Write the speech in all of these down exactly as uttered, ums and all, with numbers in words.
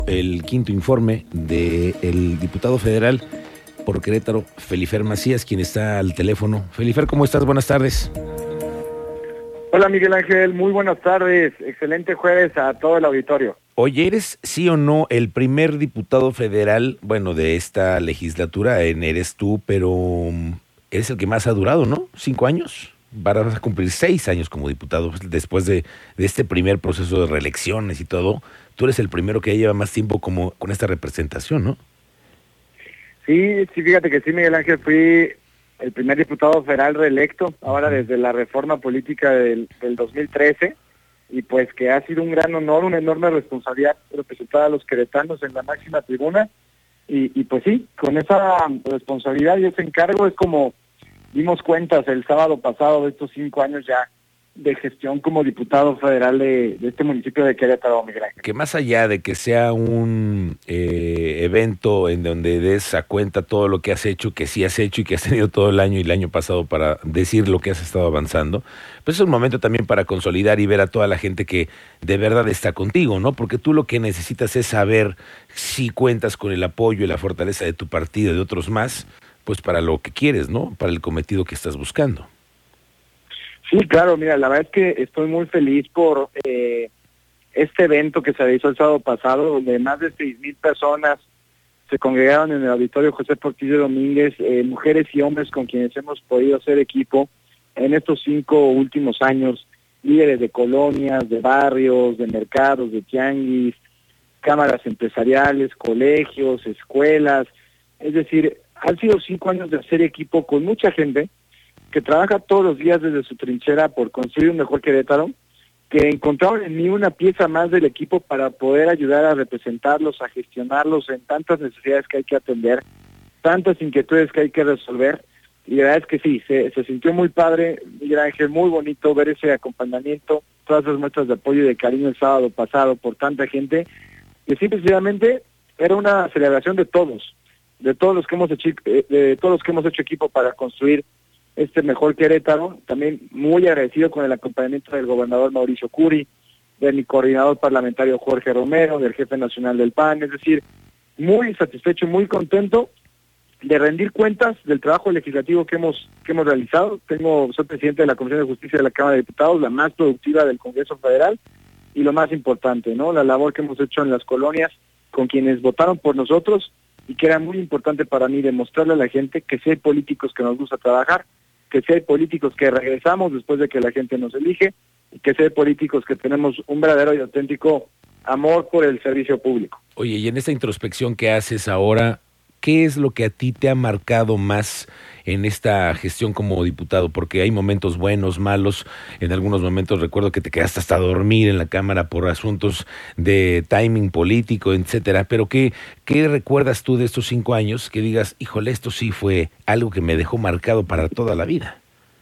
el quinto informe del diputado federal por Querétaro, Felifer Macías, quien está al teléfono. Felifer, ¿cómo estás? Buenas tardes. Hola Miguel Ángel, muy buenas tardes, excelente jueves a todo el auditorio. Oye, ¿eres sí o no el primer diputado federal, bueno, de esta legislatura? En eres tú, pero um, eres el que más ha durado, ¿no? ¿Cinco años? Vas a cumplir seis años como diputado después de, de este primer proceso de reelecciones y todo. Tú eres el primero que lleva más tiempo como con esta representación, ¿no? Sí, sí, fíjate que sí, Miguel Ángel, fui el primer diputado federal reelecto, ahora desde la reforma política del, del dos mil trece, y pues que ha sido un gran honor, una enorme responsabilidad representar a los queretanos en la máxima tribuna, y, y pues sí, con esa responsabilidad y ese encargo es como dimos cuentas el sábado pasado de estos cinco años ya de gestión como diputado federal de, de este municipio de Querétaro, Miguel Ángel. Que más allá de que sea un eh, evento en donde des a cuenta todo lo que has hecho, que sí has hecho y que has tenido todo el año y el año pasado para decir lo que has estado avanzando, pues es un momento también para consolidar y ver a toda la gente que de verdad está contigo, ¿no? Porque tú lo que necesitas es saber si cuentas con el apoyo y la fortaleza de tu partido y de otros más, pues para lo que quieres, ¿no? Para el cometido que estás buscando. Sí, claro, mira, la verdad es que estoy muy feliz por eh, este evento que se realizó el sábado pasado, donde más de seis mil personas se congregaron en el auditorio José Portillo Domínguez, eh, mujeres y hombres con quienes hemos podido hacer equipo en estos cinco últimos años, líderes de colonias, de barrios, de mercados, de tianguis, cámaras empresariales, colegios, escuelas, es decir, han sido cinco años de hacer equipo con mucha gente que trabaja todos los días desde su trinchera por construir un mejor Querétaro, que encontraron en mí una pieza más del equipo para poder ayudar a representarlos, a gestionarlos en tantas necesidades que hay que atender, tantas inquietudes que hay que resolver, y la verdad es que sí, se, se sintió muy padre, Miguel Ángel, muy bonito ver ese acompañamiento, todas esas muestras de apoyo y de cariño el sábado pasado por tanta gente, que simplemente era una celebración de todos, de todos los que hemos hecho, de todos los que hemos hecho equipo para construir este mejor Querétaro. También muy agradecido con el acompañamiento del gobernador Mauricio Curi, de mi coordinador parlamentario Jorge Romero, del jefe nacional del P A N, es decir, muy satisfecho, muy contento de rendir cuentas del trabajo legislativo que hemos que hemos realizado. Tengo, soy presidente de la Comisión de Justicia de la Cámara de Diputados, la más productiva del Congreso Federal, y lo más importante, ¿no? La labor que hemos hecho en las colonias con quienes votaron por nosotros, y que era muy importante para mí demostrarle a la gente que sí hay políticos que nos gusta trabajar, que sí hay políticos que regresamos después de que la gente nos elige, y que sí hay políticos que tenemos un verdadero y auténtico amor por el servicio público. Oye, y en esta introspección que haces ahora, ¿qué es lo que a ti te ha marcado más en esta gestión como diputado? Porque hay momentos buenos, malos, en algunos momentos recuerdo que te quedaste hasta dormir en la Cámara por asuntos de timing político, etcétera, pero ¿qué, qué recuerdas tú de estos cinco años que digas, híjole, esto sí fue algo que me dejó marcado para toda la vida?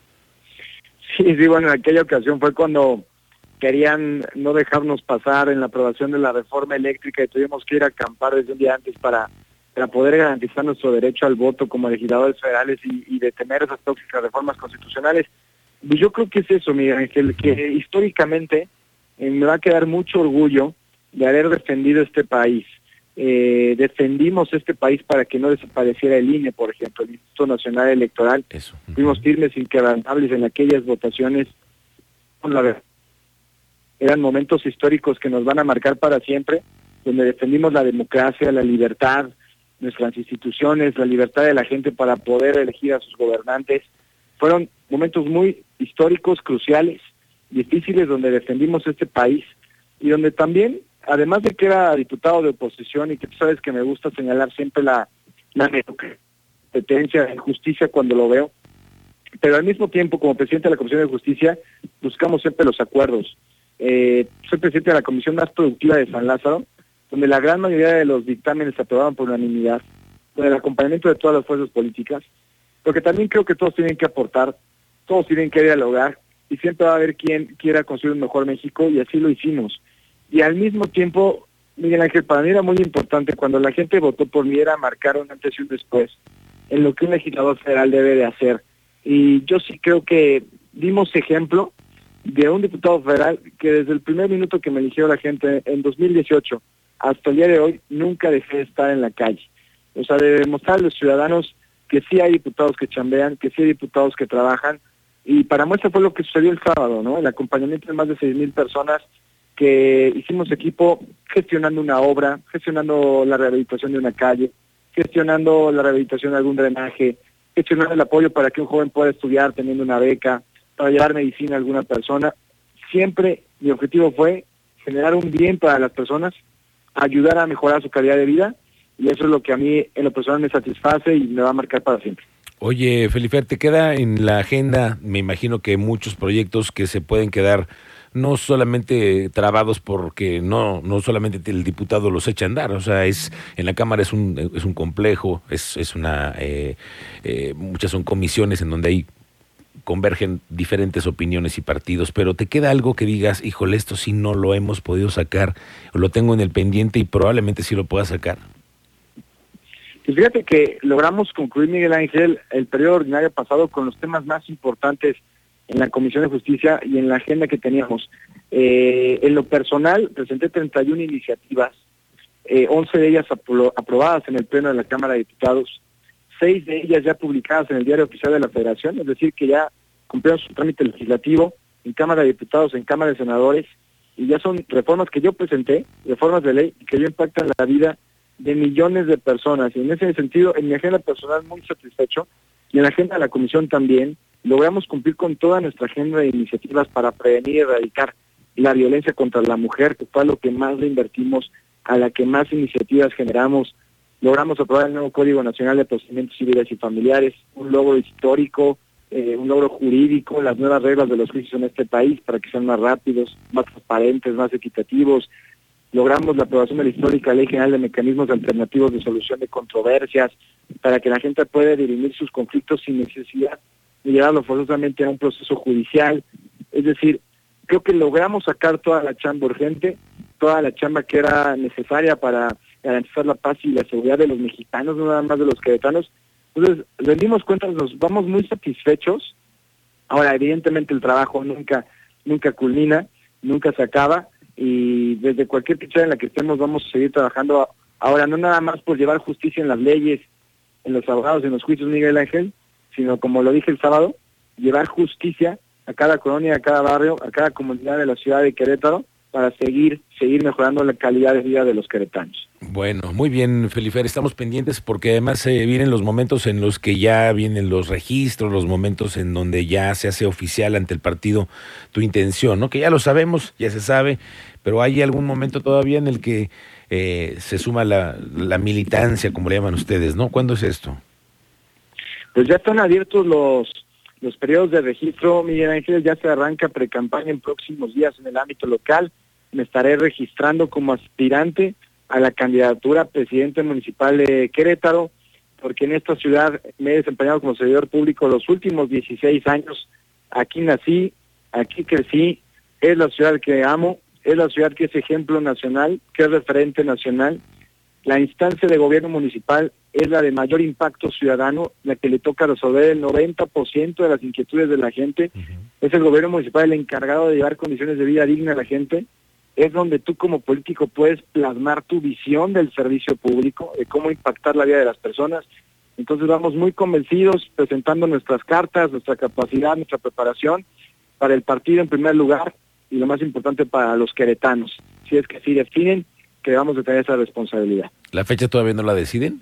Sí, sí, bueno, en aquella ocasión fue cuando querían no dejarnos pasar en la aprobación de la reforma eléctrica y tuvimos que ir a acampar desde un día antes para para poder garantizar nuestro derecho al voto como legisladores federales y, y detener esas tóxicas reformas constitucionales. Pues yo creo que es eso, Miguel Ángel, que históricamente eh, me va a quedar mucho orgullo de haber defendido este país. Eh, defendimos este país para que no desapareciera el I N E, por ejemplo, el Instituto Nacional Electoral. Eso. Uh-huh. Fuimos firmes, inquebrantables en aquellas votaciones. La verdad, eran momentos históricos que nos van a marcar para siempre, donde defendimos la democracia, la libertad, nuestras instituciones, la libertad de la gente para poder elegir a sus gobernantes. Fueron momentos muy históricos, cruciales, difíciles, donde defendimos este país y donde también, además de que era diputado de oposición, y que tú sabes que me gusta señalar siempre la, la competencia de justicia cuando lo veo, pero al mismo tiempo, como presidente de la Comisión de Justicia, buscamos siempre los acuerdos. Eh, soy presidente de la comisión más productiva de San Lázaro, donde la gran mayoría de los dictámenes se aprobaban por unanimidad, con el acompañamiento de todas las fuerzas políticas, porque también creo que todos tienen que aportar, todos tienen que dialogar, y siempre va a haber quien quiera construir un mejor México, y así lo hicimos. Y al mismo tiempo, Miguel Ángel, para mí era muy importante, cuando la gente votó por mí, era marcar un antes y un después, en lo que un legislador federal debe de hacer. Y yo sí creo que dimos ejemplo de un diputado federal que desde el primer minuto que me eligió la gente en dos mil dieciocho, hasta el día de hoy nunca dejé de estar en la calle. O sea, de demostrar a los ciudadanos que sí hay diputados que chambean, que sí hay diputados que trabajan, y para muestra fue lo que sucedió el sábado, ¿no? El acompañamiento de más de seis mil personas que hicimos equipo gestionando una obra, gestionando la rehabilitación de una calle, gestionando la rehabilitación de algún drenaje, gestionando el apoyo para que un joven pueda estudiar teniendo una beca, para llevar medicina a alguna persona. Siempre mi objetivo fue generar un bien para las personas, ayudar a mejorar su calidad de vida, y eso es lo que a mí en lo personal me satisface y me va a marcar para siempre. Oye, Felifer, te queda en la agenda, me imagino que muchos proyectos que se pueden quedar no solamente trabados porque no no solamente el diputado los echa a andar, o sea, es en la Cámara es un es un complejo, es es una eh, eh, muchas son comisiones en donde hay convergen diferentes opiniones y partidos, pero te queda algo que digas, híjole, esto sí no lo hemos podido sacar, lo tengo en el pendiente y probablemente sí lo pueda sacar. Pues fíjate que logramos concluir, Miguel Ángel, el periodo ordinario pasado con los temas más importantes en la Comisión de Justicia y en la agenda que teníamos. Eh, en lo personal, presenté treinta y una iniciativas, eh, once de ellas apro aprobadas en el Pleno de la Cámara de Diputados, seis de ellas ya publicadas en el Diario Oficial de la Federación, es decir, que ya cumplieron su trámite legislativo en Cámara de Diputados, en Cámara de Senadores, y ya son reformas que yo presenté, reformas de ley, que ya impactan la vida de millones de personas. Y en ese sentido, en mi agenda personal muy satisfecho, y en la agenda de la Comisión también, logramos cumplir con toda nuestra agenda de iniciativas para prevenir y erradicar la violencia contra la mujer, que fue a lo que más le invertimos, a la que más iniciativas generamos. Logramos aprobar el nuevo Código Nacional de Procedimientos Civiles y Familiares, un logro histórico, eh, un logro jurídico, las nuevas reglas de los juicios en este país para que sean más rápidos, más transparentes, más equitativos. Logramos la aprobación de la histórica Ley General de Mecanismos Alternativos de Solución de Controversias para que la gente pueda dirimir sus conflictos sin necesidad de llevarlo forzosamente a un proceso judicial. Es decir, creo que logramos sacar toda la chamba urgente, toda la chamba que era necesaria para garantizar la paz y la seguridad de los mexicanos, no nada más de los queretanos. Entonces, rendimos cuentas, nos vamos muy satisfechos. Ahora, evidentemente el trabajo nunca, nunca culmina, nunca se acaba, y desde cualquier trinchera en la que estemos vamos a seguir trabajando. Ahora, no nada más por llevar justicia en las leyes, en los abogados, en los juicios, Miguel Ángel, sino, como lo dije el sábado, llevar justicia a cada colonia, a cada barrio, a cada comunidad de la ciudad de Querétaro, para seguir seguir mejorando la calidad de vida de los queretanos. Bueno, muy bien, Felifer, estamos pendientes porque además eh, vienen los momentos en los que ya vienen los registros, los momentos en donde ya se hace oficial ante el partido tu intención, ¿no? Que ya lo sabemos, ya se sabe, pero hay algún momento todavía en el que eh, se suma la, la militancia, como le llaman ustedes, ¿no? ¿Cuándo es esto? Pues ya están abiertos los los periodos de registro, Miguel Ángel, ya se arranca precampaña en próximos días en el ámbito local. Me estaré registrando como aspirante a la candidatura a presidente municipal de Querétaro, porque en esta ciudad me he desempeñado como servidor público los últimos dieciséis años. Aquí nací, aquí crecí, es la ciudad que amo, es la ciudad que es ejemplo nacional, que es referente nacional. La instancia de gobierno municipal es la de mayor impacto ciudadano, la que le toca resolver el noventa por ciento de las inquietudes de la gente. Uh-huh. Es el gobierno municipal el encargado de llevar condiciones de vida digna a la gente. Es donde tú como político puedes plasmar tu visión del servicio público, de cómo impactar la vida de las personas. Entonces vamos muy convencidos, presentando nuestras cartas, nuestra capacidad, nuestra preparación para el partido en primer lugar, y lo más importante para los queretanos, si es que sí definen que vamos a tener esa responsabilidad. ¿La fecha todavía no la deciden?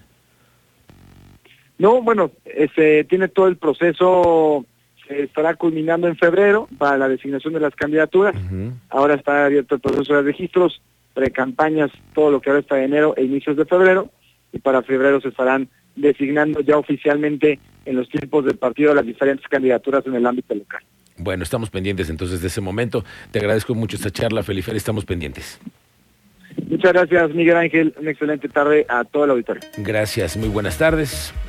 No, bueno, se tiene todo el proceso, se estará culminando en febrero para la designación de las candidaturas. Uh-huh. Ahora está abierto el proceso de registros, precampañas, todo lo que ahora está de enero e inicios de febrero, y para febrero se estarán designando ya oficialmente en los tiempos del partido las diferentes candidaturas en el ámbito local. Bueno, estamos pendientes entonces de ese momento. Te agradezco mucho esta charla, Felifer, estamos pendientes. Muchas gracias, Miguel Ángel. Una excelente tarde a todo el auditorio. Gracias, muy buenas tardes.